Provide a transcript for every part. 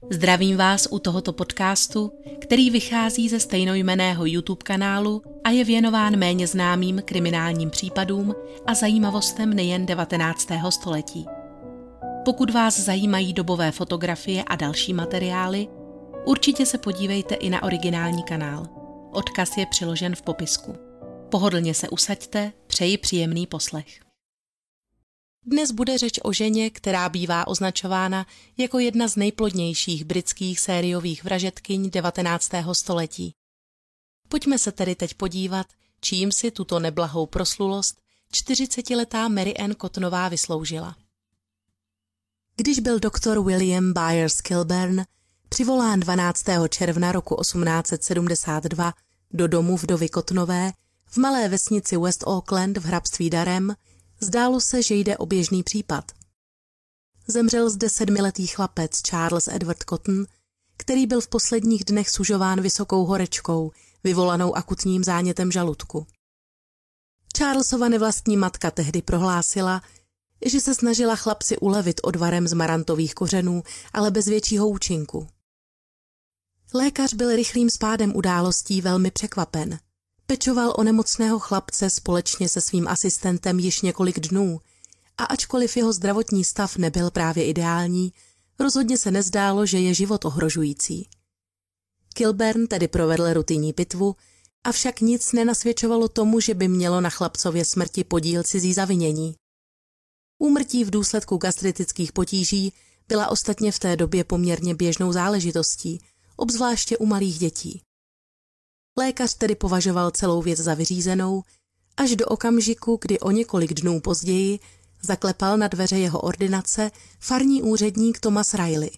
Zdravím vás u tohoto podcastu, který vychází ze stejnojmenného YouTube kanálu a je věnován méně známým kriminálním případům a zajímavostem nejen 19. století. Pokud vás zajímají dobové fotografie a další materiály, určitě se podívejte i na originální kanál. Odkaz je přiložen v popisku. Pohodlně se usaďte, přeji příjemný poslech. Dnes bude řeč o ženě, která bývá označována jako jedna z nejplodnějších britských sériových vražedkyň 19. století. Pojďme se tedy teď podívat, čím si tuto neblahou proslulost 40letá Mary Ann Cottonová vysloužila. Když byl doktor William Byers Kilburn přivolán 12. června roku 1872 do domu vdovy Cottonové v malé vesnici West Auckland v hrabství Durham, zdálo se, že jde o běžný případ. Zemřel zde 7letý chlapec Charles Edward Cotton, který byl v posledních dnech sužován vysokou horečkou, vyvolanou akutním zánětem žaludku. Charlesova nevlastní matka tehdy prohlásila, že se snažila chlapci ulevit odvarem z marantových kořenů, ale bez většího účinku. Lékař byl rychlým spádem událostí velmi překvapen. Pečoval o nemocného chlapce společně se svým asistentem již několik dnů a ačkoliv jeho zdravotní stav nebyl právě ideální, rozhodně se nezdálo, že je život ohrožující. Kilburn tedy provedl rutinní pitvu, avšak nic nenasvědčovalo tomu, že by mělo na chlapcově smrti podíl cizí zavinění. Úmrtí v důsledku gastritických potíží byla ostatně v té době poměrně běžnou záležitostí, obzvláště u malých dětí. Lékař tedy považoval celou věc za vyřízenou, až do okamžiku, kdy o několik dnů později zaklepal na dveře jeho ordinace farní úředník Thomas Riley.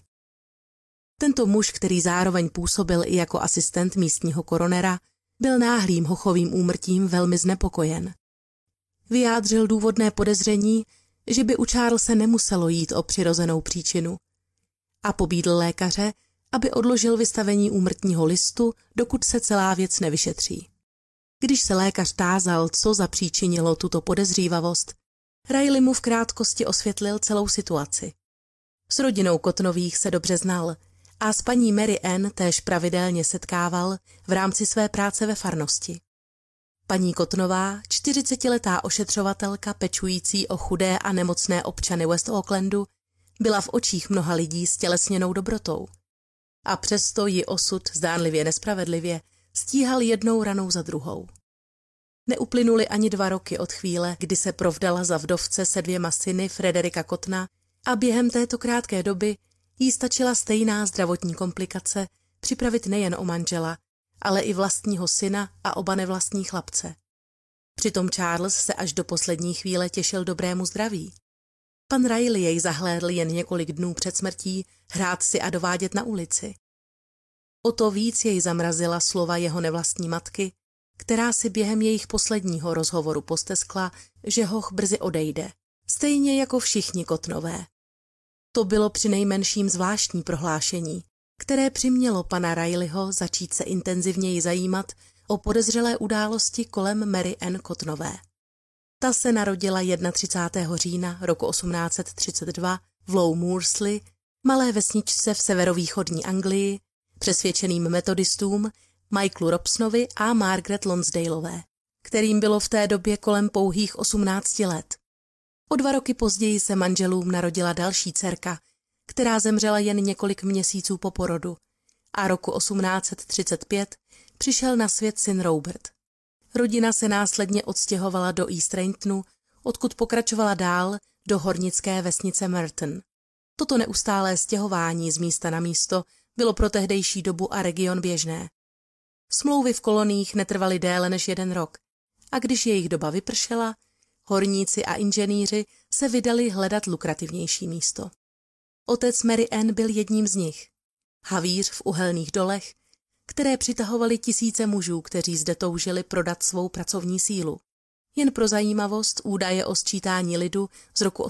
Tento muž, který zároveň působil i jako asistent místního koronera, byl náhlým hochovým úmrtím velmi znepokojen. Vyjádřil důvodné podezření, že by u Charlese nemuselo jít o přirozenou příčinu a pobídl lékaře, aby odložil vystavení úmrtního listu, dokud se celá věc nevyšetří. Když se lékař tázal, co zapříčinilo tuto podezřívavost, Riley mu v krátkosti osvětlil celou situaci. S rodinou Cottonových se dobře znal a s paní Mary Ann též pravidelně setkával v rámci své práce ve farnosti. Paní Cottonová, 40letá ošetřovatelka pečující o chudé a nemocné občany West Aucklandu, byla v očích mnoha lidí stělesněnou dobrotou. A přesto ji osud zdánlivě nespravedlivě stíhal jednou ranou za druhou. Neuplynuly ani 2 roky od chvíle, kdy se provdala za vdovce se 2 syny Frederika Cottona a během této krátké doby jí stačila stejná zdravotní komplikace připravit nejen o manžela, ale i vlastního syna a oba nevlastní chlapce. Přitom Charles se až do poslední chvíle těšil dobrému zdraví. Pan Riley jej zahlédl jen několik dnů před smrtí hrát si a dovádět na ulici. O to víc jej zamrazila slova jeho nevlastní matky, která si během jejich posledního rozhovoru posteskla, že hoch brzy odejde, stejně jako všichni Cottonové. To bylo přinejmenším zvláštní prohlášení, které přimělo pana Rileyho začít se intenzivněji zajímat o podezřelé události kolem Mary Ann Cottonové. Ta se narodila 31. října roku 1832 v Low Moorsley, malé vesničce v severovýchodní Anglii, přesvědčeným metodistům Michaelu Robsonovi a Margaret Lonsdaleové, kterým bylo v té době kolem pouhých 18 let. O 2 roky později se manželům narodila další dcerka, která zemřela jen několik měsíců po porodu, a roku 1835 přišel na svět syn Robert. Rodina se následně odstěhovala do East Rentonu, odkud pokračovala dál do hornické vesnice Merton. Toto neustálé stěhování z místa na místo bylo pro tehdejší dobu a region běžné. Smlouvy v koloniích netrvaly déle než 1 rok a když jejich doba vypršela, horníci a inženýři se vydali hledat lukrativnější místo. Otec Mary Ann byl jedním z nich. Havíř v uhelných dolech, které přitahovaly tisíce mužů, kteří zde toužili prodat svou pracovní sílu. Jen pro zajímavost údaje o sčítání lidu z roku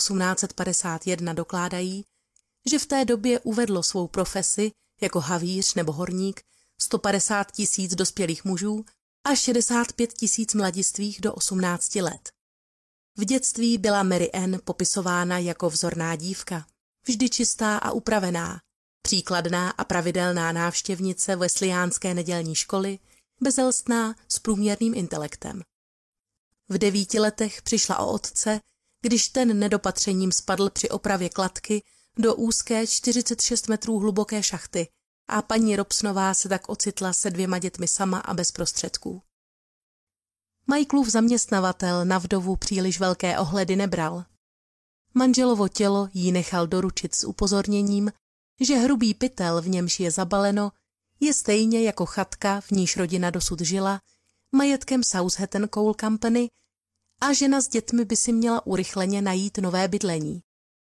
1851 dokládají, že v té době uvedlo svou profesi jako havíř nebo horník 150 000 dospělých mužů a 65 000 mladistvých do 18 let. V dětství byla Mary Ann popisována jako vzorná dívka, vždy čistá a upravená, Příkladná a pravidelná návštěvnice wesleyánské nedělní školy, bezelstná s průměrným intelektem. V 9 letech přišla o otce, když ten nedopatřením spadl při opravě kladky do úzké 46 metrů hluboké šachty a paní Robsonová se tak ocitla se 2 dětmi sama a bez prostředků. Michaelův zaměstnavatel na vdovu příliš velké ohledy nebral. Manželovo tělo jí nechal doručit s upozorněním, že hrubý pytel, v němž je zabaleno, je stejně jako chatka, v níž rodina dosud žila, majetkem Southampton Coal Company a žena s dětmi by si měla urychleně najít nové bydlení.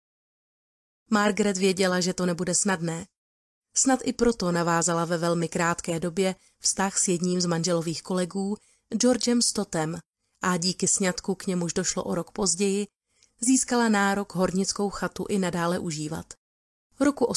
Margaret věděla, že to nebude snadné. Snad i proto navázala ve velmi krátké době vztah s jedním z manželových kolegů, Georgem Stottem, a díky sňatku, k němuž došlo o rok později, získala nárok hornickou chatu i nadále užívat. Roku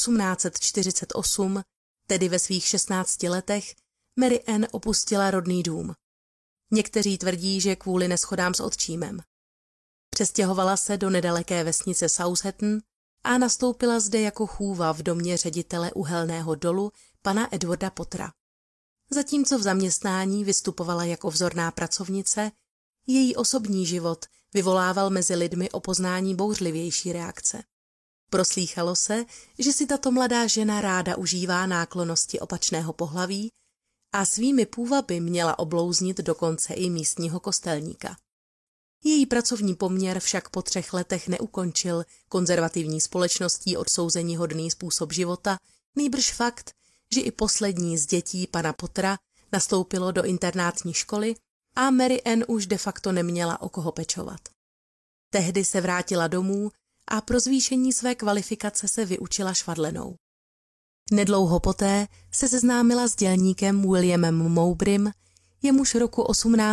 1848, tedy ve svých 16 letech, Mary Ann opustila rodný dům. Někteří tvrdí, že kvůli neshodám s otčímem. Přestěhovala se do nedaleké vesnice Southampton a nastoupila zde jako chůva v domě ředitele uhelného dolu pana Edwarda Pottera. Zatímco v zaměstnání vystupovala jako vzorná pracovnice, její osobní život vyvolával mezi lidmi o poznání bouřlivější reakce. Proslýchalo se, že si tato mladá žena ráda užívá náklonnosti opačného pohlaví a svými půvaby měla oblouznit dokonce i místního kostelníka. Její pracovní poměr však po 3 letech neukončil konzervativní společností odsouzení hodný způsob života, nýbrž fakt, že i poslední z dětí pana Pottera nastoupilo do internátní školy a Mary Ann už de facto neměla o koho pečovat. Tehdy se vrátila domů a pro zvýšení své kvalifikace se vyučila švadlenou. Nedlouho poté se seznámila s dělníkem Williamem Mowbrym, jemuž roku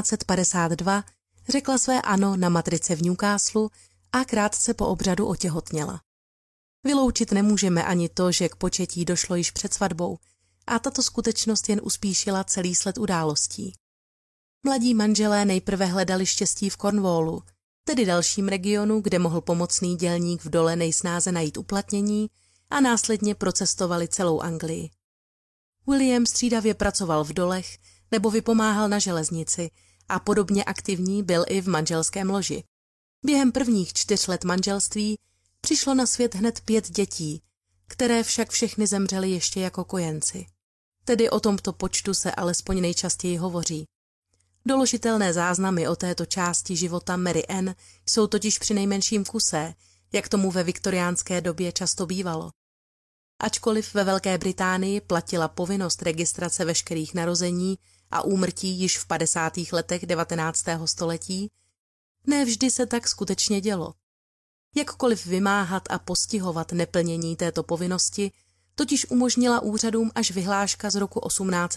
1852 řekla své ano na matrice v Newcastlu a krátce po obřadu otěhotněla. Vyloučit nemůžeme ani to, že k početí došlo již před svatbou a tato skutečnost jen uspíšila celý sled událostí. Mladí manželé nejprve hledali štěstí v Cornwallu, tedy dalším regionu, kde mohl pomocný dělník v dole nejsnáze najít uplatnění, a následně procestovali celou Anglii. William střídavě pracoval v dolech nebo vypomáhal na železnici a podobně aktivní byl i v manželském loži. Během prvních 4 let manželství přišlo na svět hned 5 dětí, které však všechny zemřely ještě jako kojenci. Tedy o tomto počtu se alespoň nejčastěji hovoří. Doložitelné záznamy o této části života Mary Ann jsou totiž přinejmenším kusé, jak tomu ve viktoriánské době často bývalo. Ačkoliv ve Velké Británii platila povinnost registrace veškerých narození a úmrtí již v 50. letech 19. století, ne vždy se tak skutečně dělo. Jakkoliv vymáhat a postihovat neplnění této povinnosti totiž umožnila úřadům až vyhláška z roku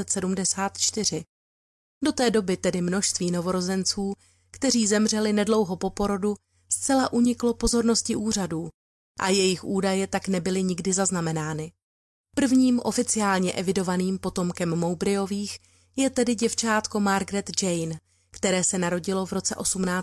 1874. Do té doby tedy množství novorozenců, kteří zemřeli nedlouho po porodu, zcela uniklo pozornosti úřadů a jejich údaje tak nebyly nikdy zaznamenány. Prvním oficiálně evidovaným potomkem Mowbrayových je tedy děvčátko Margaret Jane, které se narodilo v roce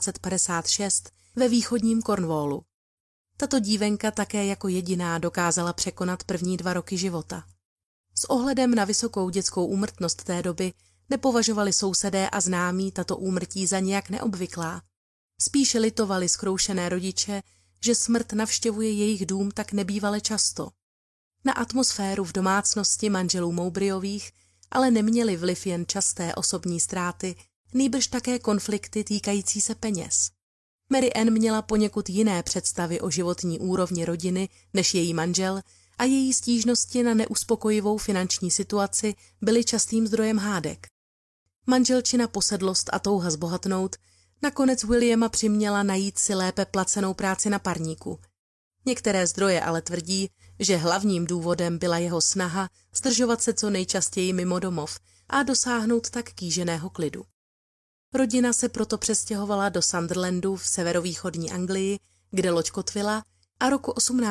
1856 ve východním Cornwallu. Tato dívenka také jako jediná dokázala překonat první 2 roky života. S ohledem na vysokou dětskou úmrtnost té doby nepovažovali sousedé a známí tato úmrtí za nějak neobvyklá. Spíše litovali zkroušené rodiče, že smrt navštěvuje jejich dům tak nebývale často. Na atmosféru v domácnosti manželů Mowbrayových ale neměly vliv jen časté osobní ztráty, nýbrž také konflikty týkající se peněz. Mary Ann měla poněkud jiné představy o životní úrovni rodiny než její manžel a její stížnosti na neuspokojivou finanční situaci byly častým zdrojem hádek. Manželčina posedlost a touha zbohatnout nakonec Williama přiměla najít si lépe placenou práci na parníku. Některé zdroje ale tvrdí, že hlavním důvodem byla jeho snaha zdržovat se co nejčastěji mimo domov a dosáhnout tak kýženého klidu. Rodina se proto přestěhovala do Sunderlandu v severovýchodní Anglii, kde loď kotvila, a roku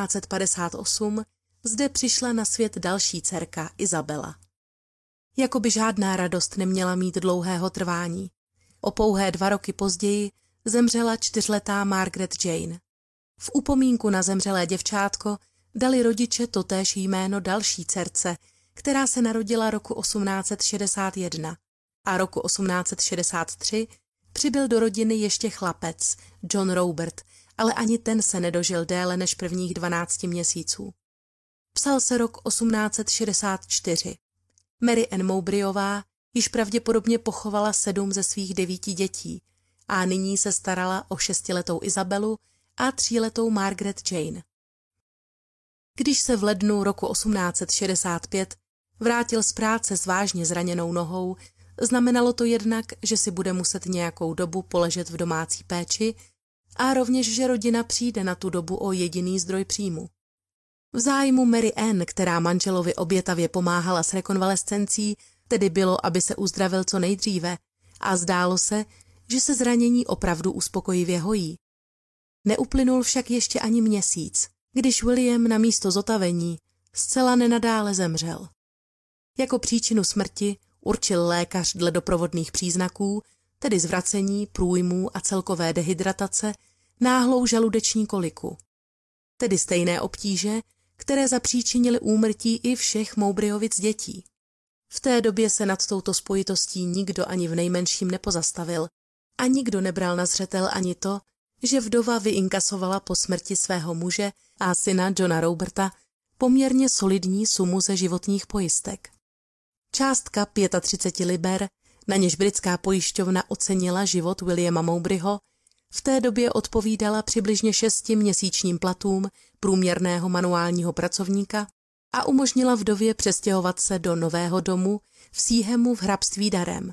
1858 zde přišla na svět další dcerka Isabela. Jakoby žádná radost neměla mít dlouhého trvání. O pouhé 2 roky později zemřela 4letá Margaret Jane. V upomínku na zemřelé děvčátko dali rodiče totéž jméno další dcerce, která se narodila roku 1861 a roku 1863 přibyl do rodiny ještě chlapec, John Robert, ale ani ten se nedožil déle než prvních 12 měsíců. Psal se rok 1864. Mary Ann Mowbrayová již pravděpodobně pochovala 7 ze svých 9 dětí a nyní se starala o 6letou Isabelu a 3letou Margaret Jane. Když se v lednu roku 1865 vrátil z práce s vážně zraněnou nohou, znamenalo to jednak, že si bude muset nějakou dobu poležet v domácí péči a rovněž, že rodina přijde na tu dobu o jediný zdroj příjmu. V zájmu Mary Ann, která manželovi obětavě pomáhala s rekonvalescencí, tedy bylo, aby se uzdravil co nejdříve, a zdálo se, že se zranění opravdu uspokojivě hojí. Neuplynul však ještě ani měsíc, když William na místo zotavení zcela nenadále zemřel. Jako příčinu smrti určil lékař dle doprovodných příznaků, tedy zvracení, průjmů a celkové dehydratace, náhlou žaludeční koliku, tedy stejné obtíže, které zapříčinily úmrtí i všech Mowbrayovic dětí. V té době se nad touto spojitostí nikdo ani v nejmenším nepozastavil a nikdo nebral na zřetel ani to, že vdova vyinkasovala po smrti svého muže a syna Johna Roberta poměrně solidní sumu ze životních pojistek. Částka 35 liber, na něž britská pojišťovna ocenila život Williama Mowbrayho, v té době odpovídala přibližně 6měsíčním platům průměrného manuálního pracovníka a umožnila vdově přestěhovat se do nového domu v Seahamu v hrabství Durham.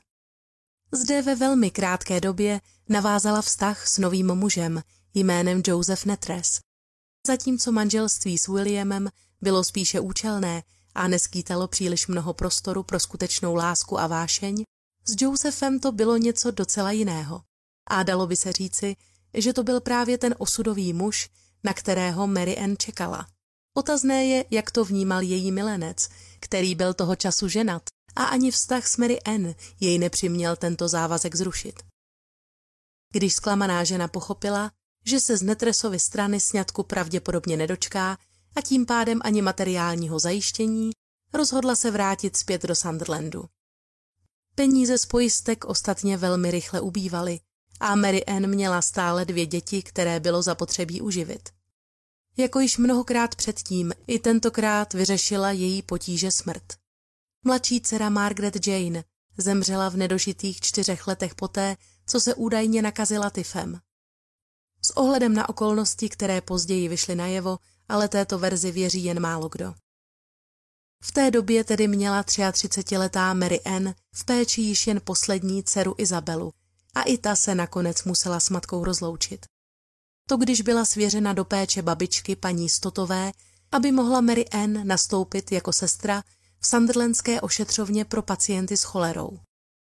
Zde ve velmi krátké době navázala vztah s novým mužem jménem Joseph Netres. Zatímco manželství s Williamem bylo spíše účelné a neskýtalo příliš mnoho prostoru pro skutečnou lásku a vášeň, s Josephem to bylo něco docela jiného. A dalo by se říci, že to byl právě ten osudový muž, na kterého Mary Ann čekala. Otazné je, jak to vnímal její milenec, který byl toho času ženat, a ani vztah s Mary Ann jej nepřiměl tento závazek zrušit. Když zklamaná žena pochopila, že se z Netresovy strany sňatku pravděpodobně nedočká a tím pádem ani materiálního zajištění, rozhodla se vrátit zpět do Sunderlandu. Peníze z pojistek ostatně velmi rychle ubývaly a Mary Ann měla stále 2 děti, které bylo zapotřebí uživit. Jako již mnohokrát předtím, i tentokrát vyřešila její potíže smrt. Mladší dcera Margaret Jane zemřela v nedožitých 4 letech poté, co se údajně nakazila tyfem. S ohledem na okolnosti, které později vyšly najevo, ale této verzi věří jen málo kdo. V té době tedy měla 33letá Mary Ann v péči již jen poslední dceru Isabelu a i ta se nakonec musela s matkou rozloučit. To když byla svěřena do péče babičky paní Stotové, aby mohla Mary Ann nastoupit jako sestra v sunderlandské ošetřovně pro pacienty s cholerou.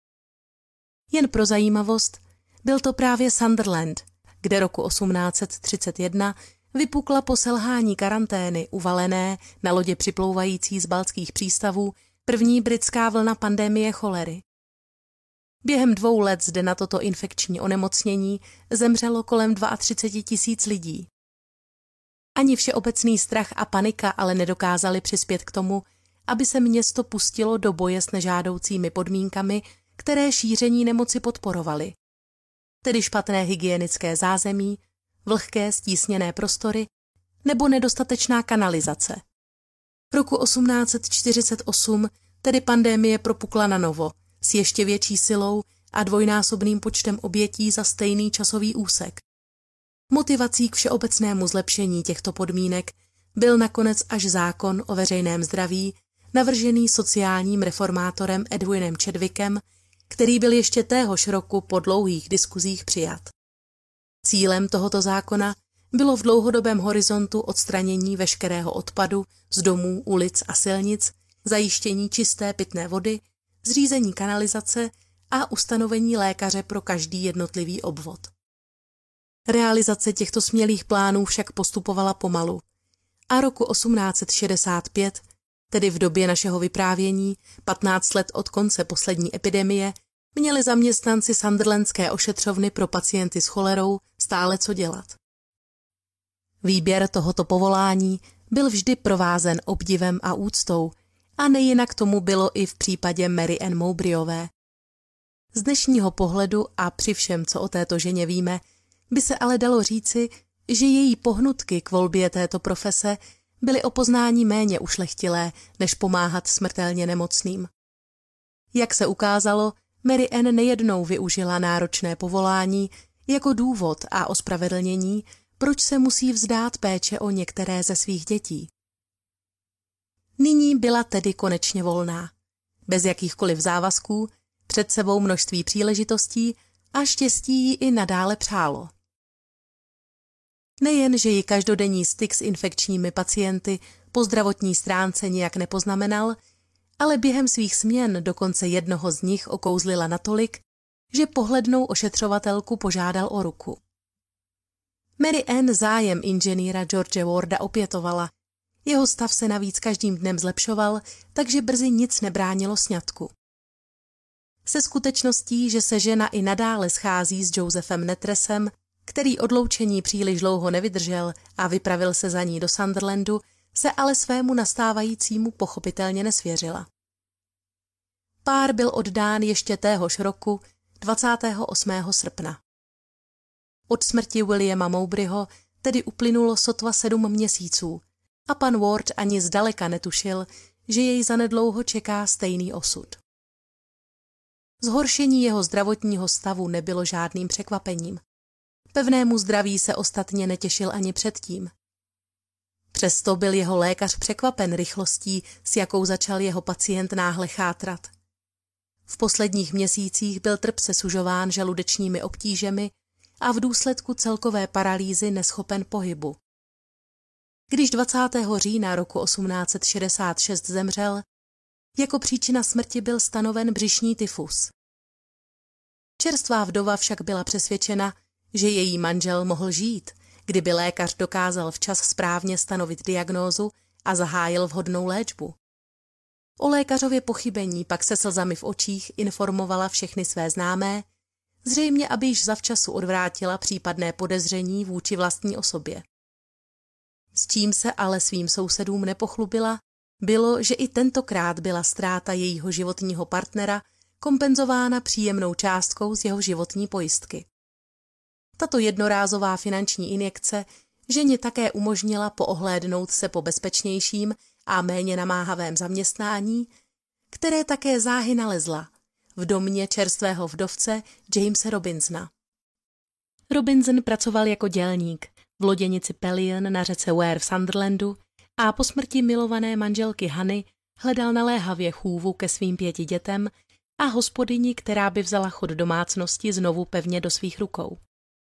Jen pro zajímavost, byl to právě Sunderland, kde roku 1831 vypukla po selhání karantény uvalené na lodě připlouvající z baltských přístavů první britská vlna pandemie cholery. Během 2 let zde na toto infekční onemocnění zemřelo kolem 32 000 lidí. Ani všeobecný strach a panika ale nedokázali přispět k tomu, aby se město pustilo do boje s nežádoucími podmínkami, které šíření nemoci podporovaly. Tedy špatné hygienické zázemí, vlhké stísněné prostory nebo nedostatečná kanalizace. Roku 1848 tedy pandemie propukla na novo, s ještě větší silou a 2násobným počtem obětí za stejný časový úsek. Motivací k všeobecnému zlepšení těchto podmínek byl nakonec až zákon o veřejném zdraví, navržený sociálním reformátorem Edwinem Chadwickem, který byl ještě téhož roku po dlouhých diskuzích přijat. Cílem tohoto zákona bylo v dlouhodobém horizontu odstranění veškerého odpadu z domů, ulic a silnic, zajištění čisté pitné vody, zřízení kanalizace a ustanovení lékaře pro každý jednotlivý obvod. Realizace těchto smělých plánů však postupovala pomalu a roku 1865, tedy v době našeho vyprávění, 15 let od konce poslední epidemie, měli zaměstnanci sunderlandské ošetřovny pro pacienty s cholerou stále co dělat. Výběr tohoto povolání byl vždy provázen obdivem a úctou a nejinak tomu bylo i v případě Mary Ann Mowbrayové. Z dnešního pohledu a při všem, co o této ženě víme, by se ale dalo říci, že její pohnutky k volbě této profese byly o poznání méně ušlechtilé, než pomáhat smrtelně nemocným. Jak se ukázalo, Mary Ann nejednou využila náročné povolání jako důvod a ospravedlnění, proč se musí vzdát péče o některé ze svých dětí. Nyní byla tedy konečně volná, bez jakýchkoliv závazků, před sebou množství příležitostí a štěstí jí i nadále přálo. Nejen, že ji každodenní styk s infekčními pacienty po zdravotní stránce nijak nepoznamenal, ale během svých směn dokonce jednoho z nich okouzlila natolik, že pohlednou ošetřovatelku požádal o ruku. Mary Ann zájem inženýra George Warda opětovala. Jeho stav se navíc každým dnem zlepšoval, takže brzy nic nebránilo sňatku. Se skutečností, že se žena i nadále schází s Josephem Netresem, který odloučení příliš dlouho nevydržel a vypravil se za ní do Sunderlandu, se ale svému nastávajícímu pochopitelně nesvěřila. Pár byl oddán ještě téhož roku 28. srpna. Od smrti Williama Mowbrayho tedy uplynulo sotva 7 měsíců a pan Ward ani zdaleka netušil, že jej zanedlouho čeká stejný osud. Zhoršení jeho zdravotního stavu nebylo žádným překvapením. Pevnému zdraví se ostatně netěšil ani předtím. Přesto byl jeho lékař překvapen rychlostí, s jakou začal jeho pacient náhle chátrat. V posledních měsících byl trpce sužován žaludečními obtížemi a v důsledku celkové paralýzy neschopen pohybu. Když 20. října roku 1866 zemřel, jako příčina smrti byl stanoven břišní tyfus. Čerstvá vdova však byla přesvědčena, že její manžel mohl žít, kdyby lékař dokázal včas správně stanovit diagnózu a zahájil vhodnou léčbu. O lékařově pochybení pak se slzami v očích informovala všechny své známé, zřejmě aby již zavčasu odvrátila případné podezření vůči vlastní osobě. S čím se ale svým sousedům nepochlubila, bylo, že i tentokrát byla ztráta jejího životního partnera kompenzována příjemnou částkou z jeho životní pojistky. Tato jednorázová finanční injekce ženě také umožnila poohlédnout se po bezpečnějším a méně namáhavém zaměstnání, které také záhy nalezla v domě čerstvého vdovce Jamese Robinsona. Robinson pracoval jako dělník v loděnici Pelion na řece Wear v Sunderlandu a po smrti milované manželky Hany hledal naléhavě chůvu ke svým 5 dětem a hospodyni, která by vzala chod domácnosti znovu pevně do svých rukou.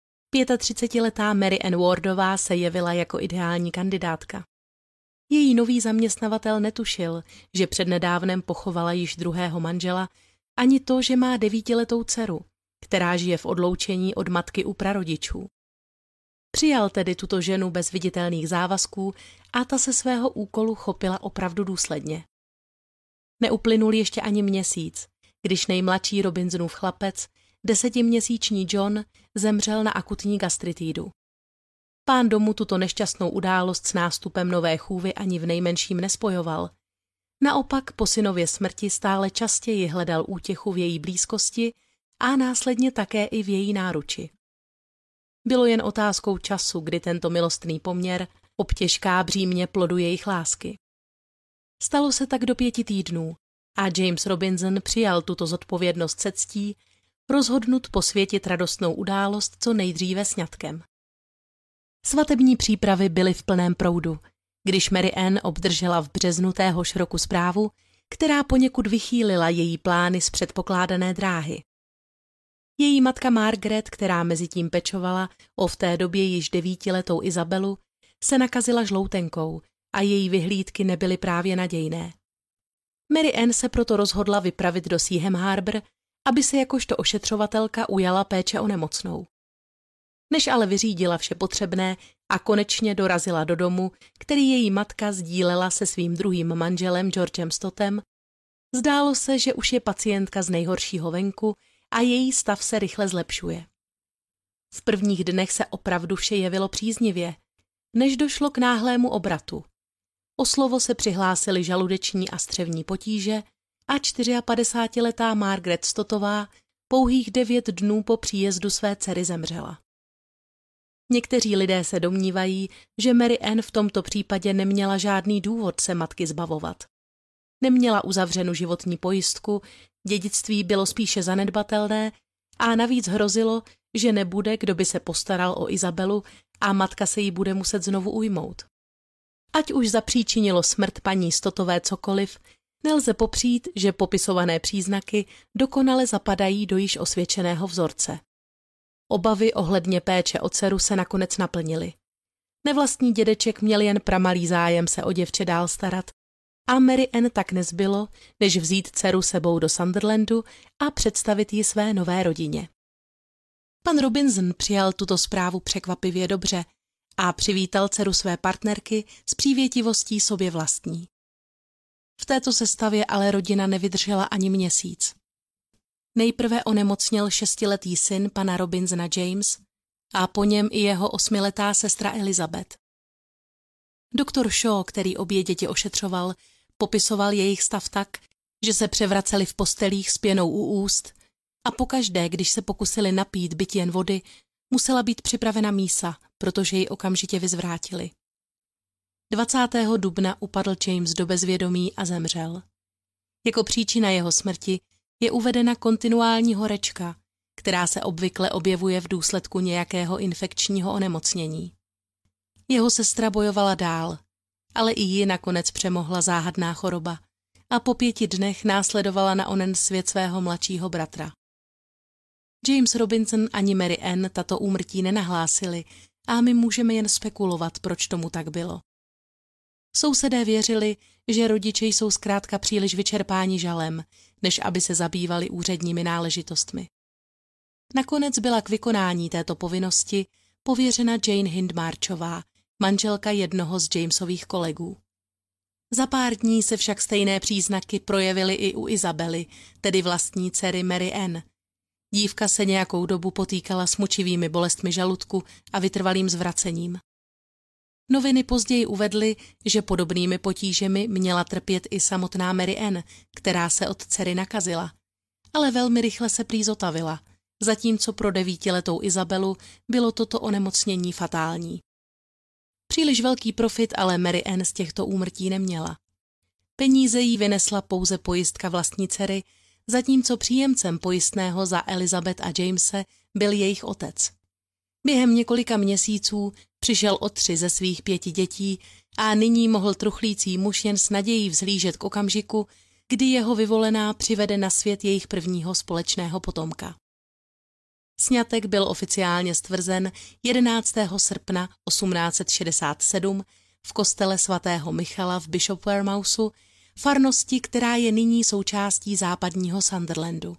35letá Mary Ann Wardová se jevila jako ideální kandidátka. Její nový zaměstnavatel netušil, že přednedávnem pochovala již druhého manžela, ani to, že má 9letou dceru, která žije v odloučení od matky u prarodičů. Přijal tedy tuto ženu bez viditelných závazků a ta se svého úkolu chopila opravdu důsledně. Neuplynul ještě ani měsíc, když nejmladší Robinsonův chlapec, 10měsíční John, zemřel na akutní gastritidu. Pán domu tuto nešťastnou událost s nástupem nové chůvy ani v nejmenším nespojoval. Naopak po synově smrti stále častěji hledal útěchu v její blízkosti a následně také i v její náruči. Bylo jen otázkou času, kdy tento milostný poměr obtěžká břímě plodu jejich lásky. Stalo se tak do 5 týdnů a James Robinson přijal tuto zodpovědnost se ctí, rozhodnut posvětit radostnou událost co nejdříve sňatkem. Svatební přípravy byly v plném proudu, když Mary Ann obdržela v březnu téhož roku zprávu, která poněkud vychýlila její plány z předpokládané dráhy. Její matka Margaret, která mezitím pečovala o v té době již 9letou Izabelu, se nakazila žloutenkou a její vyhlídky nebyly právě nadějné. Mary Ann se proto rozhodla vypravit do Seaham Harbour, aby se jakožto ošetřovatelka ujala péče o nemocnou. Než ale vyřídila vše potřebné a konečně dorazila do domu, který její matka sdílela se svým druhým manželem Georgem Stottem, zdálo se, že už je pacientka z nejhoršího venku a její stav se rychle zlepšuje. V prvních dnech se opravdu vše jevilo příznivě, než došlo k náhlému obratu, O slovo se přihlásily žaludeční a střevní potíže a 54letá Margaret Stottová pouhých 9 dnů po příjezdu své dcery zemřela. Někteří lidé se domnívají, že Mary Ann v tomto případě neměla žádný důvod se matky zbavovat. Neměla uzavřenu životní pojistku, dědictví bylo spíše zanedbatelné a navíc hrozilo, že nebude, kdo by se postaral o Isabelu a matka se jí bude muset znovu ujmout. Ať už zapříčinilo smrt paní Stottové cokoliv, nelze popřít, že popisované příznaky dokonale zapadají do již osvědčeného vzorce. Obavy ohledně péče o dceru se nakonec naplnily. Nevlastní dědeček měl jen pramalý zájem se o děvče dál starat a Mary Ann tak nezbylo, než vzít dceru sebou do Sunderlandu a představit ji své nové rodině. Pan Robinson přijal tuto zprávu překvapivě dobře a přivítal dceru své partnerky s přívětivostí sobě vlastní. V této sestavě ale rodina nevydržela ani měsíc. Nejprve onemocněl 6letý syn pana Robinsona James a po něm i jeho 8letá sestra Elizabeth. Doktor Shaw, který obě děti ošetřoval, popisoval jejich stav tak, že se převraceli v postelích s pěnou u úst a pokaždé, když se pokusili napít byť jen vody, musela být připravena mísa, protože ji okamžitě vyzvrátili. 20. dubna upadl James do bezvědomí a zemřel. Jako příčina jeho smrti je uvedena kontinuální horečka, která se obvykle objevuje v důsledku nějakého infekčního onemocnění. Jeho sestra bojovala dál, ale i ji nakonec přemohla záhadná choroba a po 5 dnech následovala na onen svět svého mladšího bratra. James Robinson ani Mary Ann tato úmrtí nenahlásili a my můžeme jen spekulovat, proč tomu tak bylo. Sousedé věřili, že rodiče jsou zkrátka příliš vyčerpáni žalem, než aby se zabývali úředními náležitostmi. Nakonec byla k vykonání této povinnosti pověřena Jane Hindmarchová, manželka jednoho z Jamesových kolegů. Za pár dní se však stejné příznaky projevily i u Isabely, tedy vlastní dcery Mary Ann. Dívka se nějakou dobu potýkala s mučivými bolestmi žaludku a vytrvalým zvracením. Noviny později uvedly, že podobnými potížemi měla trpět i samotná Mary Ann, která se od dcery nakazila, ale velmi rychle se prý zotavila, zatímco pro 9letou Isabelu bylo toto onemocnění fatální. Příliš velký profit ale Mary Ann z těchto úmrtí neměla. Peníze jí vynesla pouze pojistka vlastní dcery, zatímco příjemcem pojistného za Elizabeth a Jamese byl jejich otec. Během několika měsíců přišel o 3 ze svých 5 dětí a nyní mohl truchlící muž jen s nadějí vzhlížet k okamžiku, kdy jeho vyvolená přivede na svět jejich prvního společného potomka. Sňatek byl oficiálně stvrzen 11. srpna 1867 v kostele svatého Michala v Bishop Wearmouthu, farnosti, která je nyní součástí západního Sunderlandu.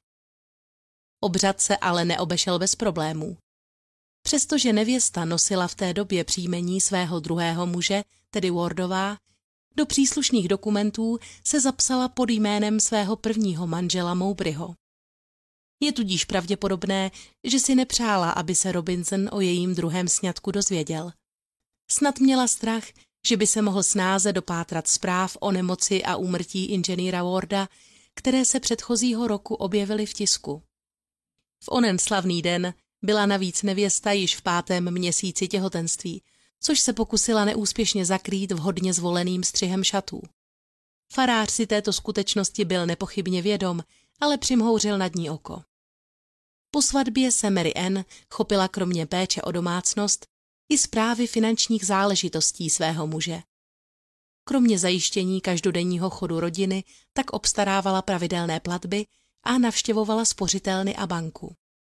Obřad se ale neobešel bez problémů. Přestože nevěsta nosila v té době příjmení svého druhého muže, tedy Wardová, do příslušných dokumentů se zapsala pod jménem svého prvního manžela Mowbrayho. Je tudíž pravděpodobné, že si nepřála, aby se Robinson o jejím druhém sňatku dozvěděl. Snad měla strach, že by se mohl snáze dopátrat zpráv o nemoci a úmrtí inženýra Warda, které se předchozího roku objevily v tisku. V onen slavný den byla navíc nevěsta již v 5. měsíci těhotenství, což se pokusila neúspěšně zakrýt vhodně zvoleným střihem šatů. Farář si této skutečnosti byl nepochybně vědom, ale přimhouřil nad ní oko. Po svatbě se Mary Ann chopila kromě péče o domácnost i správy finančních záležitostí svého muže. Kromě zajištění každodenního chodu rodiny tak obstarávala pravidelné platby a navštěvovala spořitelny a banku.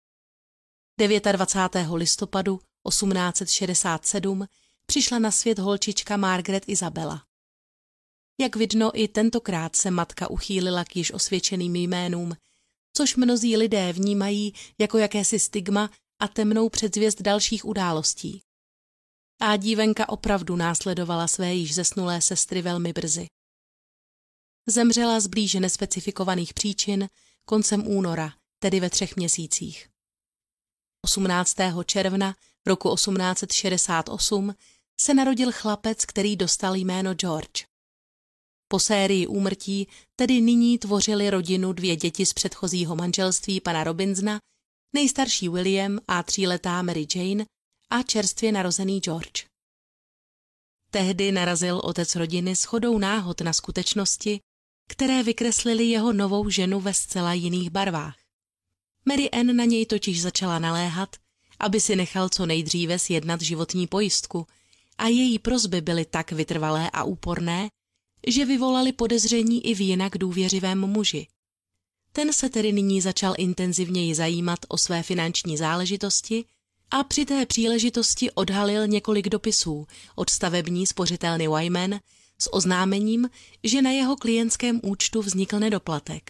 29. listopadu 1867 přišla na svět holčička Margaret Isabella. Jak vidno, i tentokrát se matka uchýlila k již osvědčeným jménům, což mnozí lidé vnímají jako jakési stigma a temnou předzvěst dalších událostí. A dívenka opravdu následovala své již zesnulé sestry velmi brzy. Zemřela z blíže nespecifikovaných příčin koncem února, tedy ve 3 měsících. 18. června roku 1868 se narodil chlapec, který dostal jméno George. Po sérii úmrtí tedy nyní tvořili rodinu 2 děti z předchozího manželství pana Robinsona, nejstarší William a 3letá Mary Jane a čerstvě narozený George. Tehdy narazil otec rodiny shodou náhod na skutečnosti, které vykreslily jeho novou ženu ve zcela jiných barvách. Mary Ann na něj totiž začala naléhat, aby si nechal co nejdříve sjednat životní pojistku, a její prosby byly tak vytrvalé a úporné, že vyvolaly podezření i v jinak důvěřivém muži. Ten se tedy nyní začal intenzivněji zajímat o své finanční záležitosti a při té příležitosti odhalil několik dopisů od stavební spořitelny Wyman s oznámením, že na jeho klientském účtu vznikl nedoplatek.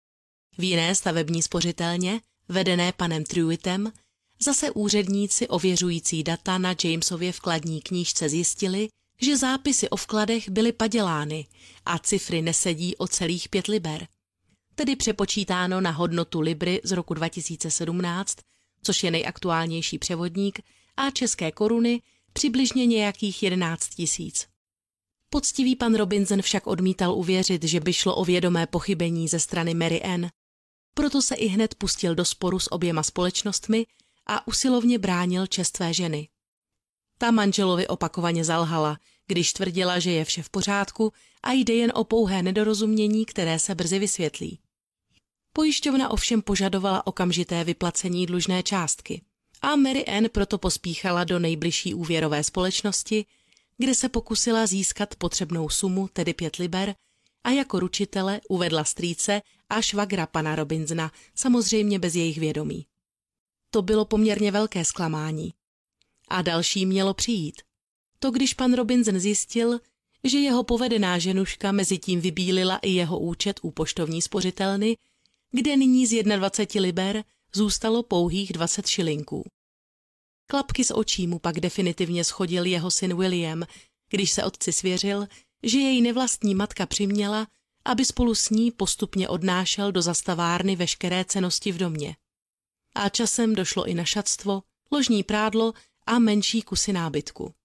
V jiné stavební spořitelně, vedené panem Truittem, zase úředníci ověřující data na Jamesově vkladní knížce zjistili, že zápisy o vkladech byly padělány a cifry nesedí o celých 5 liber. Tedy přepočítáno na hodnotu libry z roku 2017, což je nejaktuálnější převodník, a české koruny přibližně nějakých 11 000. Poctivý pan Robinson však odmítal uvěřit, že by šlo o vědomé pochybení ze strany Mary Ann. Proto se ihned pustil do sporu s oběma společnostmi a usilovně bránil čest své ženy. Ta manželovi opakovaně zalhala, když tvrdila, že je vše v pořádku a jde jen o pouhé nedorozumění, které se brzy vysvětlí. Pojišťovna ovšem požadovala okamžité vyplacení dlužné částky a Mary Ann proto pospíchala do nejbližší úvěrové společnosti, kde se pokusila získat potřebnou sumu, tedy 5 liber, a jako ručitele uvedla strýce a švagra pana Robinsona, samozřejmě bez jejich vědomí. To bylo poměrně velké zklamání. A další mělo přijít. To když pan Robinson zjistil, že jeho povedená ženuška mezitím vybílila i jeho účet u poštovní spořitelny, kde nyní z 21 liber zůstalo pouhých 20 šilinků. Klapky z očí mu pak definitivně schodil jeho syn William, když se otci svěřil, že její nevlastní matka přiměla, aby spolu s ní postupně odnášel do zastavárny veškeré cennosti v domě. A časem došlo i na šatstvo, ložní prádlo a menší kusy nábytku.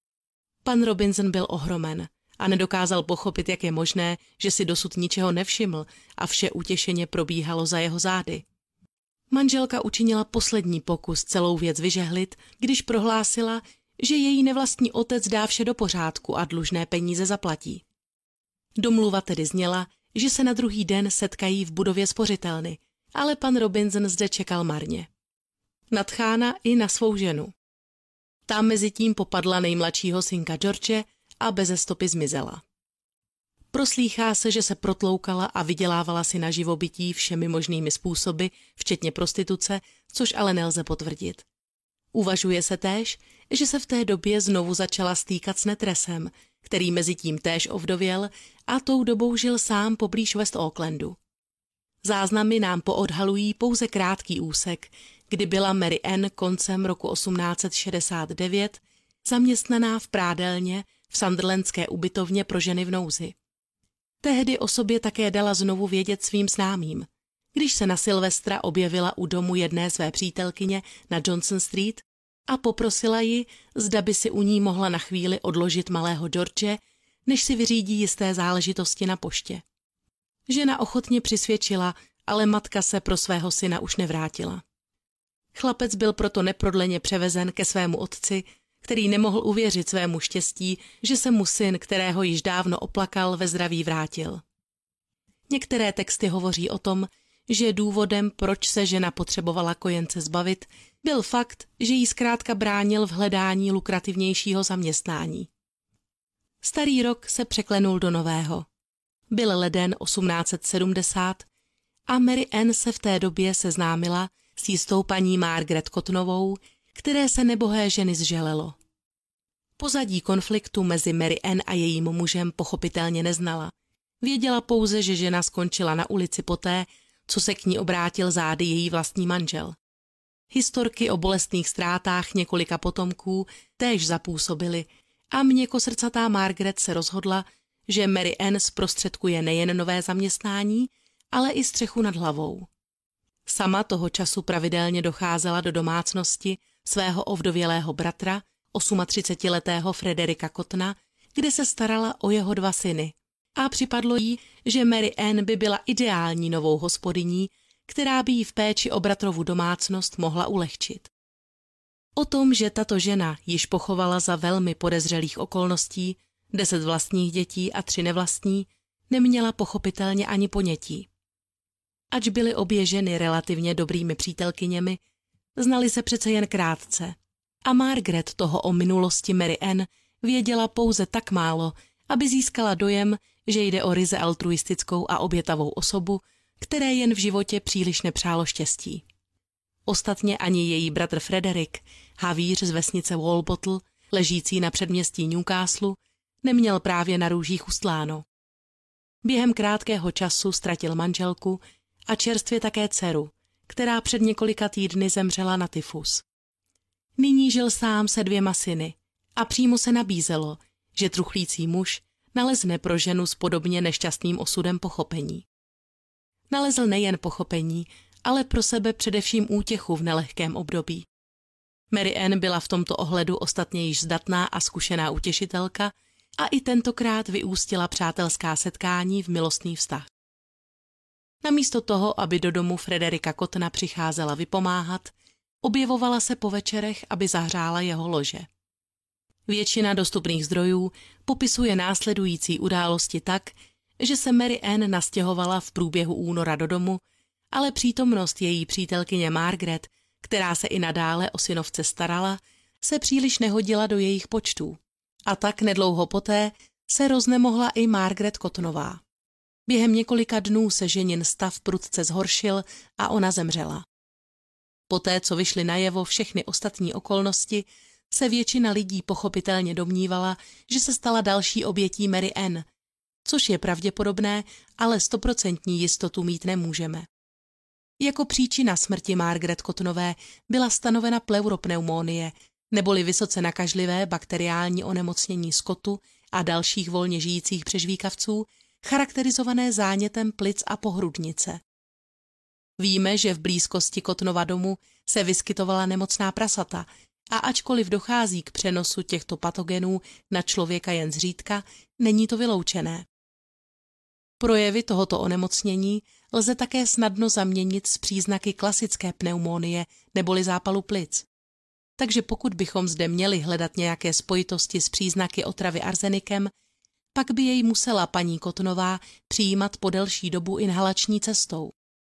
Pan Robinson byl ohromen a nedokázal pochopit, jak je možné, že si dosud ničeho nevšiml a vše utěšeně probíhalo za jeho zády. Manželka učinila poslední pokus celou věc vyžehlit, když prohlásila, že její nevlastní otec dá vše do pořádku a dlužné peníze zaplatí. Domluva tedy zněla, že se na druhý den setkají v budově spořitelny, ale pan Robinson zde čekal marně. Nadchána i na svou ženu. Ta mezitím popadla nejmladšího synka George a beze stopy zmizela. Proslýchá se, že se protloukala a vydělávala si na živobytí všemi možnými způsoby, včetně prostituce, což ale nelze potvrdit. Uvažuje se též, že se v té době znovu začala stýkat s Netresem, který mezitím též ovdověl a tou dobou žil sám poblíž West Aucklandu. Záznamy nám poodhalují pouze krátký úsek, kdy byla Mary Ann koncem roku 1869 zaměstnaná v prádelně v sunderlandské ubytovně pro ženy v nouzi. Tehdy o sobě také dala znovu vědět svým známým, když se na Silvestra objevila u domu jedné své přítelkyně na Johnson Street a poprosila ji, zda by si u ní mohla na chvíli odložit malého George, než si vyřídí jisté záležitosti na poště. Žena ochotně přisvědčila, ale matka se pro svého syna už nevrátila. Chlapec byl proto neprodleně převezen ke svému otci, který nemohl uvěřit svému štěstí, že se mu syn, kterého již dávno oplakal, ve zdraví vrátil. Některé texty hovoří o tom, že důvodem, proč se žena potřebovala kojence zbavit, byl fakt, že jí zkrátka bránil v hledání lukrativnějšího zaměstnání. Starý rok se překlenul do nového. Byl leden 1870 a Mary Ann se v té době seznámila s jistou paní Margaret Cottonovou, které se nebohé ženy zželelo. Pozadí konfliktu mezi Mary Ann a jejím mužem pochopitelně neznala. Věděla pouze, že žena skončila na ulici poté, co se k ní obrátil zády její vlastní manžel. Historky o bolestných ztrátách několika potomků též zapůsobily a měkkosrdcatá Margaret se rozhodla, že Mary Ann zprostředkuje nejen nové zaměstnání, ale i střechu nad hlavou. Sama toho času pravidelně docházela do domácnosti svého ovdovělého bratra, 38letého Frederika Cottona, kde se starala o jeho 2 syny, a připadlo jí, že Mary Ann by byla ideální novou hospodyní, která by jí v péči o bratrovu domácnost mohla ulehčit. O tom, že tato žena již pochovala za velmi podezřelých okolností 10 vlastních dětí a 3 nevlastní, neměla pochopitelně ani ponětí. Ač byly obě ženy relativně dobrými přítelkyněmi, znali se přece jen krátce a Margaret toho o minulosti Mary Ann věděla pouze tak málo, aby získala dojem, že jde o ryze altruistickou a obětavou osobu, které jen v životě příliš nepřálo štěstí. Ostatně ani její bratr Frederick, havíř z vesnice Walbottle, ležící na předměstí Newcastle, neměl právě na růžích ustláno. Během krátkého času ztratil manželku a čerstvě také dceru, která před několika týdny zemřela na tyfus. Nyní žil sám se 2 syny a přímo se nabízelo, že truchlící muž nalezne pro ženu s podobně nešťastným osudem pochopení. Nalezl nejen pochopení, ale pro sebe především útěchu v nelehkém období. Mary Ann byla v tomto ohledu ostatně již zdatná a zkušená utěšitelka a i tentokrát vyústila přátelská setkání v milostný vztah. Namísto toho, aby do domu Frederika Cottona přicházela vypomáhat, objevovala se po večerech, aby zahřála jeho lože. Většina dostupných zdrojů popisuje následující události tak, že se Mary Ann nastěhovala v průběhu února do domu, ale přítomnost její přítelkyně Margaret, která se i nadále o synovce starala, se příliš nehodila do jejich počtů. A tak nedlouho poté se roznemohla i Margaret Cottonová. Během několika dnů se ženin stav prudce zhoršil a ona zemřela. Poté, co vyšly najevo všechny ostatní okolnosti, se většina lidí pochopitelně domnívala, že se stala další obětí Mary Ann, což je pravděpodobné, ale 100% jistotu mít nemůžeme. Jako příčina smrti Margaret Cottonové byla stanovena pleuropneumonie, neboli vysoce nakažlivé bakteriální onemocnění skotu a dalších volně žijících přežvíkavců, charakterizované zánětem plic a pohrudnice. Víme, že v blízkosti Cottonova domu se vyskytovala nemocná prasata a ačkoliv dochází k přenosu těchto patogenů na člověka jen zřídka, není to vyloučené. Projevy tohoto onemocnění lze také snadno zaměnit s příznaky klasické pneumonie neboli zápalu plic. Takže pokud bychom zde měli hledat nějaké spojitosti s příznaky otravy arsenikem, pak by jej musela paní Cottonová přijímat po delší dobu inhalační cestou.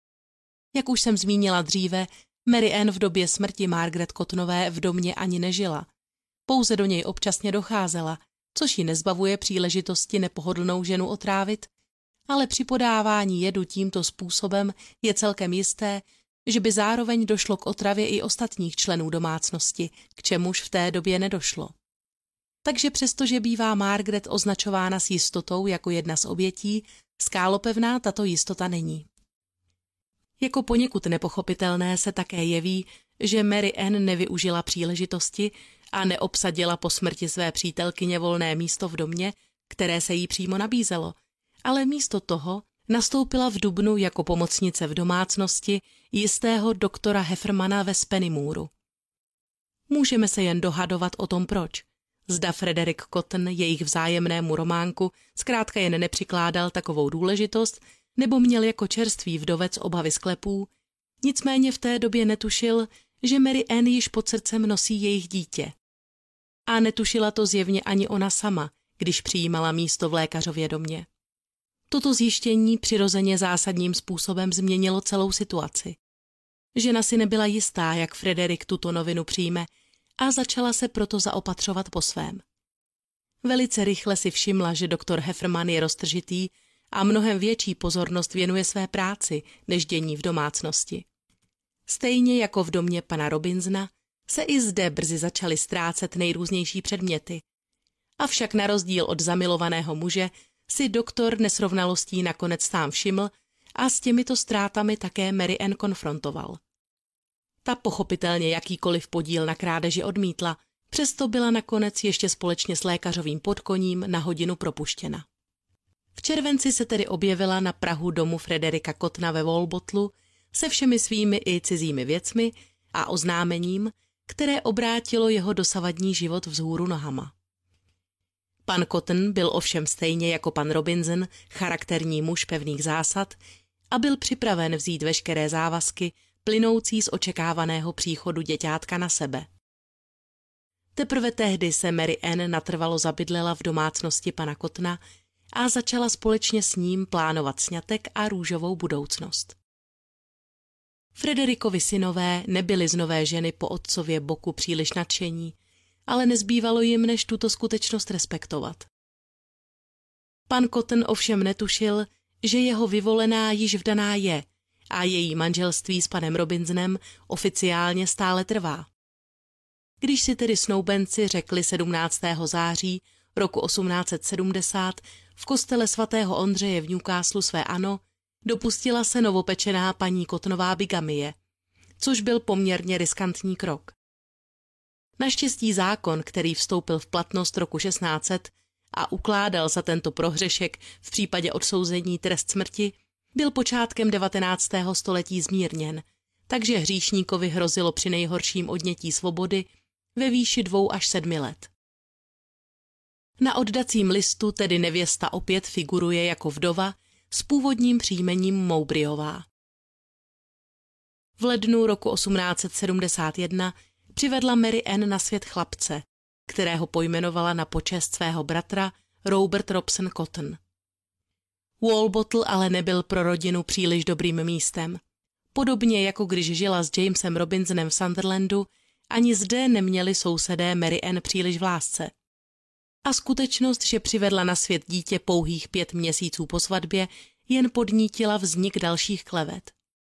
Jak už jsem zmínila dříve, Mary Ann v době smrti Margaret Cottonové v domě ani nežila. Pouze do něj občasně docházela, což ji nezbavuje příležitosti nepohodlnou ženu otrávit, ale při podávání jedu tímto způsobem je celkem jisté, že by zároveň došlo k otravě i ostatních členů domácnosti, k čemuž v té době nedošlo. Takže přestože bývá Margaret označována s jistotou jako jedna z obětí, skálopevná tato jistota není. Jako poněkud nepochopitelné se také jeví, že Mary Ann nevyužila příležitosti a neobsadila po smrti své přítelkyně volné místo v domě, které se jí přímo nabízelo, ale místo toho nastoupila v dubnu jako pomocnice v domácnosti jistého doktora Heffermana ve Spennymooru. Můžeme se jen dohadovat o tom proč. Zda Frederick Cotton jejich vzájemnému románku zkrátka jen nepřikládal takovou důležitost, nebo měl jako čerstvý vdovec obavy sklepů, nicméně v té době netušil, že Mary Ann již pod srdcem nosí jejich dítě. A netušila to zjevně ani ona sama, když přijímala místo v lékařově domě. Toto zjištění přirozeně zásadním způsobem změnilo celou situaci. Žena si nebyla jistá, jak Frederick tuto novinu přijme a začala se proto zaopatřovat po svém. Velice rychle si všimla, že doktor Hefferman je roztržitý a mnohem větší pozornost věnuje své práci než dění v domácnosti. Stejně jako v domě pana Robinsona se i zde brzy začaly ztrácet nejrůznější předměty. Avšak na rozdíl od zamilovaného muže si doktor nesrovnalostí nakonec sám všiml a s těmito ztrátami také Mary Ann konfrontoval. Ta pochopitelně jakýkoliv podíl na krádeži odmítla, přesto byla nakonec ještě společně s lékařovým podkoním na hodinu propuštěna. V červenci se tedy objevila na prahu domu Frederika Cottona ve Walbottlu se všemi svými i cizími věcmi a oznámením, které obrátilo jeho dosavadní život vzhůru nohama. Pan Cotton byl ovšem stejně jako pan Robinson charakterní muž pevných zásad a byl připraven vzít veškeré závazky plynoucí z očekávaného příchodu děťátka na sebe. Teprve tehdy se Mary Ann natrvalo zabydlela v domácnosti pana Cottona a začala společně s ním plánovat sňatek a růžovou budoucnost. Frederikovi synové nebyli z nové ženy po otcově boku příliš nadšení, ale nezbývalo jim, než tuto skutečnost respektovat. Pan Cotton ovšem netušil, že jeho vyvolená již vdaná je a její manželství s panem Robinsonem oficiálně stále trvá. Když si tedy snoubenci řekli 17. září roku 1870 v kostele svatého Ondřeje v Newcastlu své ano, dopustila se novopečená paní Cottonová bigamie, což byl poměrně riskantní krok. Naštěstí zákon, který vstoupil v platnost roku 1600 a ukládal za tento prohřešek v případě odsouzení trest smrti, byl počátkem 19. století zmírněn, takže hříšníkovi hrozilo při nejhorším odnětí svobody ve výši 2 až 7 let. Na oddacím listu tedy nevěsta opět figuruje jako vdova s původním příjmením Mowbrayová. V lednu roku 1871 přivedla Mary Ann na svět chlapce, kterého pojmenovala na počest svého bratra Robert Robson Cotton. Walbottle ale nebyl pro rodinu příliš dobrým místem. Podobně jako když žila s Jamesem Robinsonem v Sunderlandu, ani zde neměli sousedé Mary Ann příliš v lásce. A skutečnost, že přivedla na svět dítě pouhých 5 měsíců po svatbě, jen podnítila vznik dalších klevet.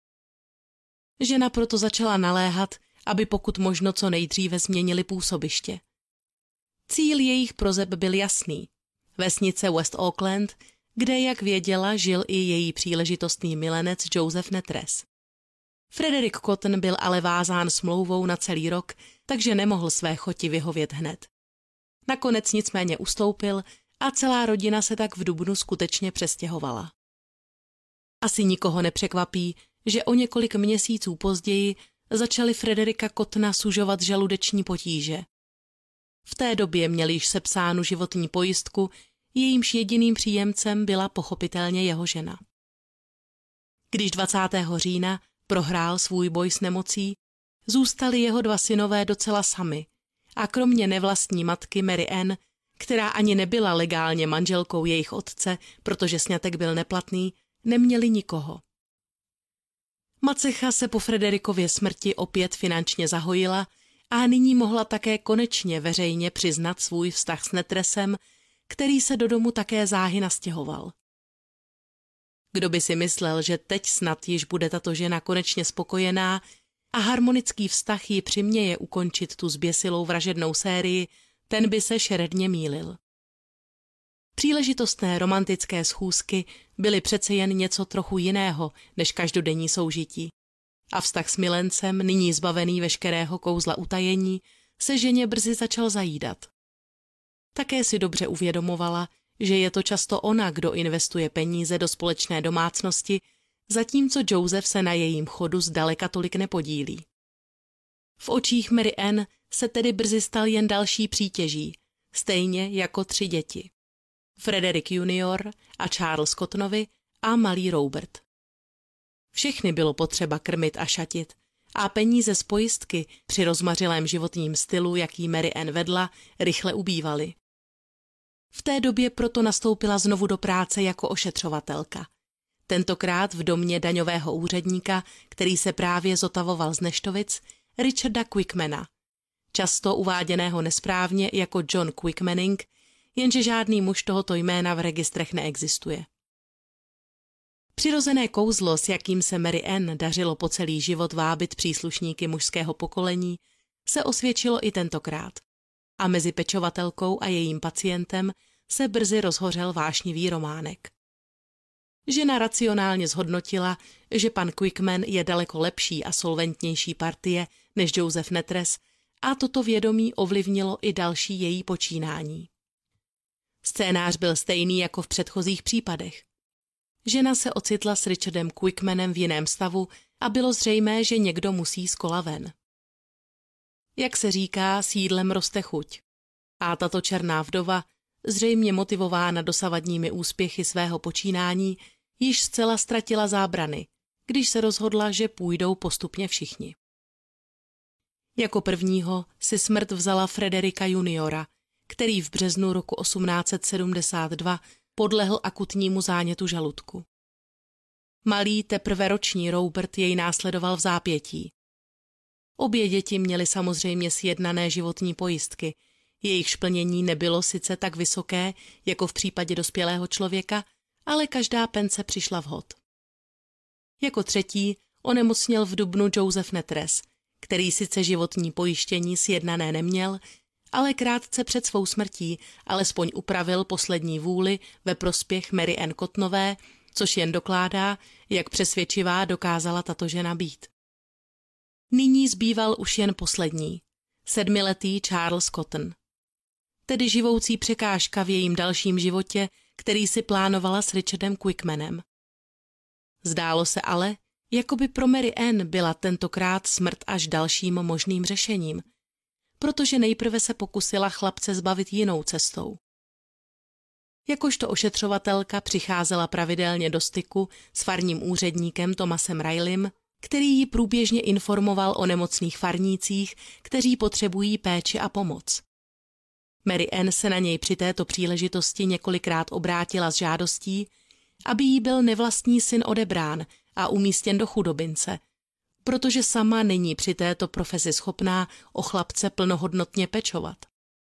Žena proto začala naléhat, aby pokud možno co nejdříve změnili působiště. Cíl jejich prozeb byl jasný. Vesnice West Auckland, kde, jak věděla, žil i její příležitostný milenec Joseph Netres. Frederick Cotton byl ale vázán smlouvou na celý rok, takže nemohl své choti vyhovět hned. Nakonec nicméně ustoupil a celá rodina se tak v dubnu skutečně přestěhovala. Asi nikoho nepřekvapí, že o několik měsíců později začali Frederika Cottona sužovat žaludeční potíže. V té době měl již sepsánu životní pojistku, jejímž jediným příjemcem byla pochopitelně jeho žena. Když 20. října prohrál svůj boj s nemocí, zůstali jeho 2 synové docela sami a kromě nevlastní matky Mary Ann, která ani nebyla legálně manželkou jejich otce, protože sňatek byl neplatný, neměli nikoho. Macecha se po Frederikově smrti opět finančně zahojila a nyní mohla také konečně veřejně přiznat svůj vztah s Netresem, který se do domu také záhy nastěhoval. Kdo by si myslel, že teď snad již bude tato žena konečně spokojená a harmonický vztah ji přiměje ukončit tu zběsilou vražednou sérii, ten by se šeredně mýlil. Příležitostné romantické schůzky byly přece jen něco trochu jiného než každodenní soužití. A vztah s milencem, nyní zbavený veškerého kouzla utajení, se ženě brzy začal zajídat. Také si dobře uvědomovala, že je to často ona, kdo investuje peníze do společné domácnosti, zatímco Joseph se na jejím chodu zdaleka tolik nepodílí. V očích Mary Ann se tedy brzy stal jen další přítěží, stejně jako 3 děti. Frederick junior a Charles Cottonovi a malý Robert. Všechny bylo potřeba krmit a šatit a peníze z pojistky při rozmařilém životním stylu, jaký Mary Ann vedla, rychle ubývaly. V té době proto nastoupila znovu do práce jako ošetřovatelka. Tentokrát v domě daňového úředníka, který se právě zotavoval z neštovic, Richarda Quickmana, často uváděného nesprávně jako John Quickmanning, jenže žádný muž tohoto jména v registrech neexistuje. Přirozené kouzlo, s jakým se Mary Ann dařilo po celý život vábit příslušníky mužského pokolení, se osvědčilo i tentokrát. A mezi pečovatelkou a jejím pacientem se brzy rozhořel vášnivý románek. Žena racionálně zhodnotila, že pan Quickman je daleko lepší a solventnější partie než Joseph Netres a toto vědomí ovlivnilo i další její počínání. Scénář byl stejný jako v předchozích případech. Žena se ocitla s Richardem Quickmanem v jiném stavu a bylo zřejmé, že někdo musí z kola ven. Jak se říká, s jídlem roste chuť. A tato černá vdova zřejmě motivována dosavadními úspěchy svého počínání, již zcela ztratila zábrany, když se rozhodla, že půjdou postupně všichni. Jako prvního si smrt vzala Frederika juniora, který v březnu roku 1872 podlehl akutnímu zánětu žaludku. Malý teprve roční Robert jej následoval v zápětí. Obě děti měly samozřejmě sjednané životní pojistky, jejichž plnění nebylo sice tak vysoké, jako v případě dospělého člověka, ale každá pence přišla vhod. Jako třetí onemocněl v dubnu Joseph Netres, který sice životní pojištění sjednané neměl, ale krátce před svou smrtí alespoň upravil poslední vůli ve prospěch Mary Ann Cottonové, což jen dokládá, jak přesvědčivá dokázala tato žena být. Nyní zbýval už jen poslední, 7letý Charles Cotton. Tedy živoucí překážka v jejím dalším životě, který si plánovala s Richardem Quickmanem. Zdálo se ale, jako by pro Mary Ann byla tentokrát smrt až dalším možným řešením, protože nejprve se pokusila chlapce zbavit jinou cestou. Jakožto ošetřovatelka přicházela pravidelně do styku s farním úředníkem Thomasem Rileym, který ji průběžně informoval o nemocných farnících, kteří potřebují péči a pomoc. Mary Ann se na něj při této příležitosti několikrát obrátila s žádostí, aby jí byl nevlastní syn odebrán a umístěn do chudobince, protože sama není při této profesi schopná o chlapce plnohodnotně pečovat.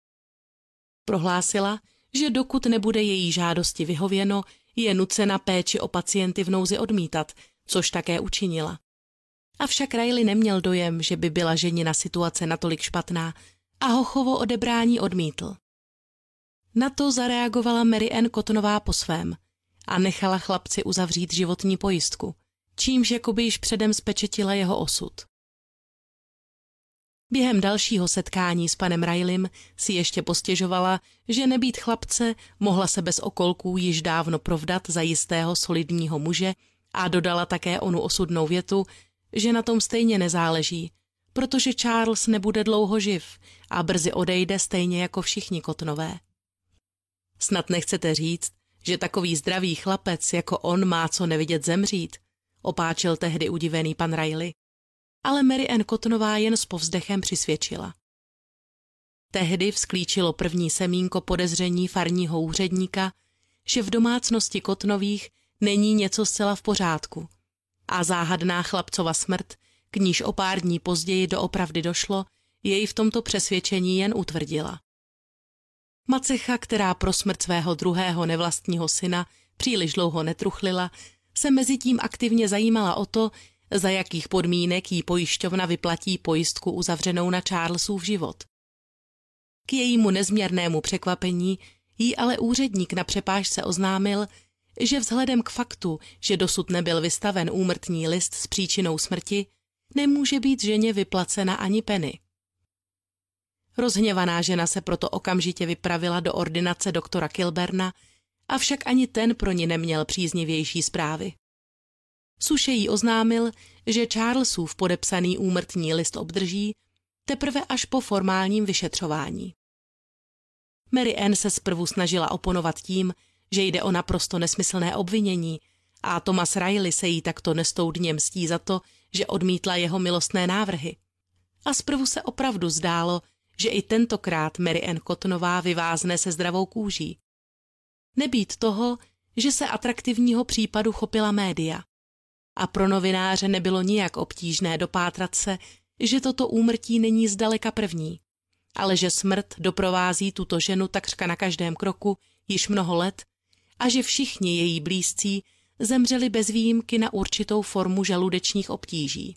Prohlásila, že dokud nebude její žádosti vyhověno, je nucena péči o pacienty v nouzi odmítat, což také učinila. Avšak Riley neměl dojem, že by byla ženina situace natolik špatná a hochovo odebrání odmítl. Na to zareagovala Mary Ann Cottonová po svém a nechala chlapci uzavřít životní pojistku, čímž jakoby již předem spečetila jeho osud. Během dalšího setkání s panem Rileym si ještě postěžovala, že nebýt chlapce, mohla se bez okolků již dávno provdat za jistého solidního muže a dodala také onu osudnou větu, že na tom stejně nezáleží, protože Charles nebude dlouho živ a brzy odejde stejně jako všichni Cottonové. Snad nechcete říct, že takový zdravý chlapec jako on má co nevidět zemřít, opáčil tehdy udivený pan Riley. Ale Mary Ann Cottonová jen s povzdechem přisvědčila. Tehdy vzklíčilo první semínko podezření farního úředníka, že v domácnosti Cottonových není něco zcela v pořádku a záhadná chlapcova smrt, k níž o pár dní později doopravdy došlo, jej v tomto přesvědčení jen utvrdila. Macecha, která pro smrt svého druhého nevlastního syna příliš dlouho netruchlila, se mezitím aktivně zajímala o to, za jakých podmínek jí pojišťovna vyplatí pojistku uzavřenou na Charlesův život. K jejímu nezměrnému překvapení jí ale úředník na přepážce oznámil, že vzhledem k faktu, že dosud nebyl vystaven úmrtní list s příčinou smrti, nemůže být ženě vyplacena ani penny. Rozhněvaná žena se proto okamžitě vypravila do ordinace doktora Kilberna, avšak ani ten pro ní neměl příznivější zprávy. Suše jí oznámil, že Charlesův podepsaný úmrtní list obdrží teprve až po formálním vyšetřování. Mary Ann se zprvu snažila oponovat tím, že jde o naprosto nesmyslné obvinění a Thomas Riley se jí takto nestoudně mstí za to, že odmítla jeho milostné návrhy. A zprvu se opravdu zdálo, že i tentokrát Mary Ann Cottonová vyvázne se zdravou kůží. Nebýt toho, že se atraktivního případu chopila média. A pro novináře nebylo nijak obtížné dopátrat se, že toto úmrtí není zdaleka první, ale že smrt doprovází tuto ženu takřka na každém kroku již mnoho let a že všichni její blízcí zemřeli bez výjimky na určitou formu žaludečních obtíží.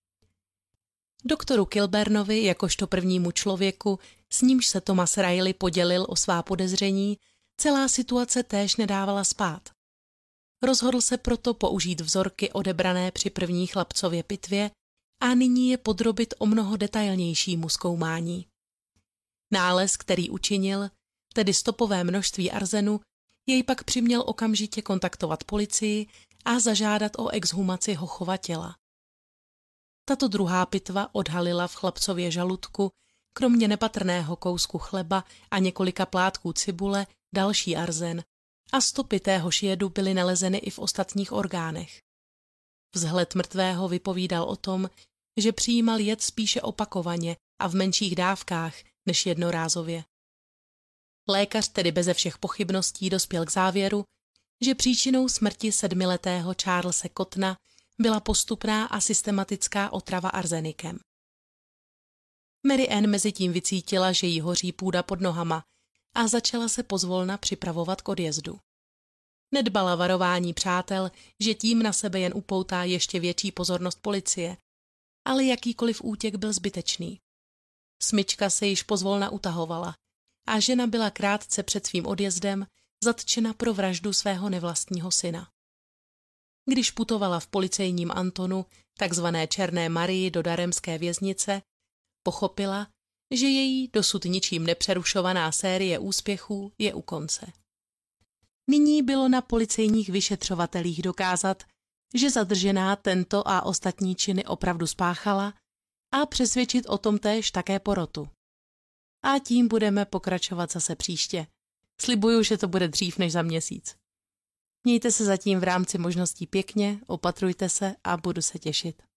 Doktoru Kilbernovi, jakožto prvnímu člověku, s nímž se Thomas Riley podělil o svá podezření, celá situace též nedávala spát. Rozhodl se proto použít vzorky odebrané při první chlapcově pitvě a nyní je podrobit o mnoho detailnějšímu zkoumání. Nález, který učinil, tedy stopové množství arzenu, jej pak přiměl okamžitě kontaktovat policii a zažádat o exhumaci Hochova těla. Tato druhá pitva odhalila v chlapcově žaludku, kromě nepatrného kousku chleba a několika plátků cibule, další arzen a stopy téhož jedu byly nalezeny i v ostatních orgánech. Vzhled mrtvého vypovídal o tom, že přijímal jed spíše opakovaně a v menších dávkách než jednorázově. Lékař tedy beze všech pochybností dospěl k závěru, že příčinou smrti 7letého Charlese Cottona byla postupná a systematická otrava arzenikem. Mary Ann mezitím vycítila, že jí hoří půda pod nohama a začala se pozvolna připravovat k odjezdu. Nedbala varování přátel, že tím na sebe jen upoutá ještě větší pozornost policie, ale jakýkoliv útěk byl zbytečný. Smyčka se již pozvolna utahovala a žena byla krátce před svým odjezdem zatčena pro vraždu svého nevlastního syna. Když putovala v policejním Antonu, takzvané Černé Marii, do daremské věznice, pochopila, že její dosud ničím nepřerušovaná série úspěchů je u konce. Nyní bylo na policejních vyšetřovatelích dokázat, že zadržená tento a ostatní činy opravdu spáchala a přesvědčit o tom též také porotu. A tím budeme pokračovat zase příště. Slibuju, že to bude dřív než za měsíc. Mějte se zatím v rámci možností pěkně, opatrujte se a budu se těšit.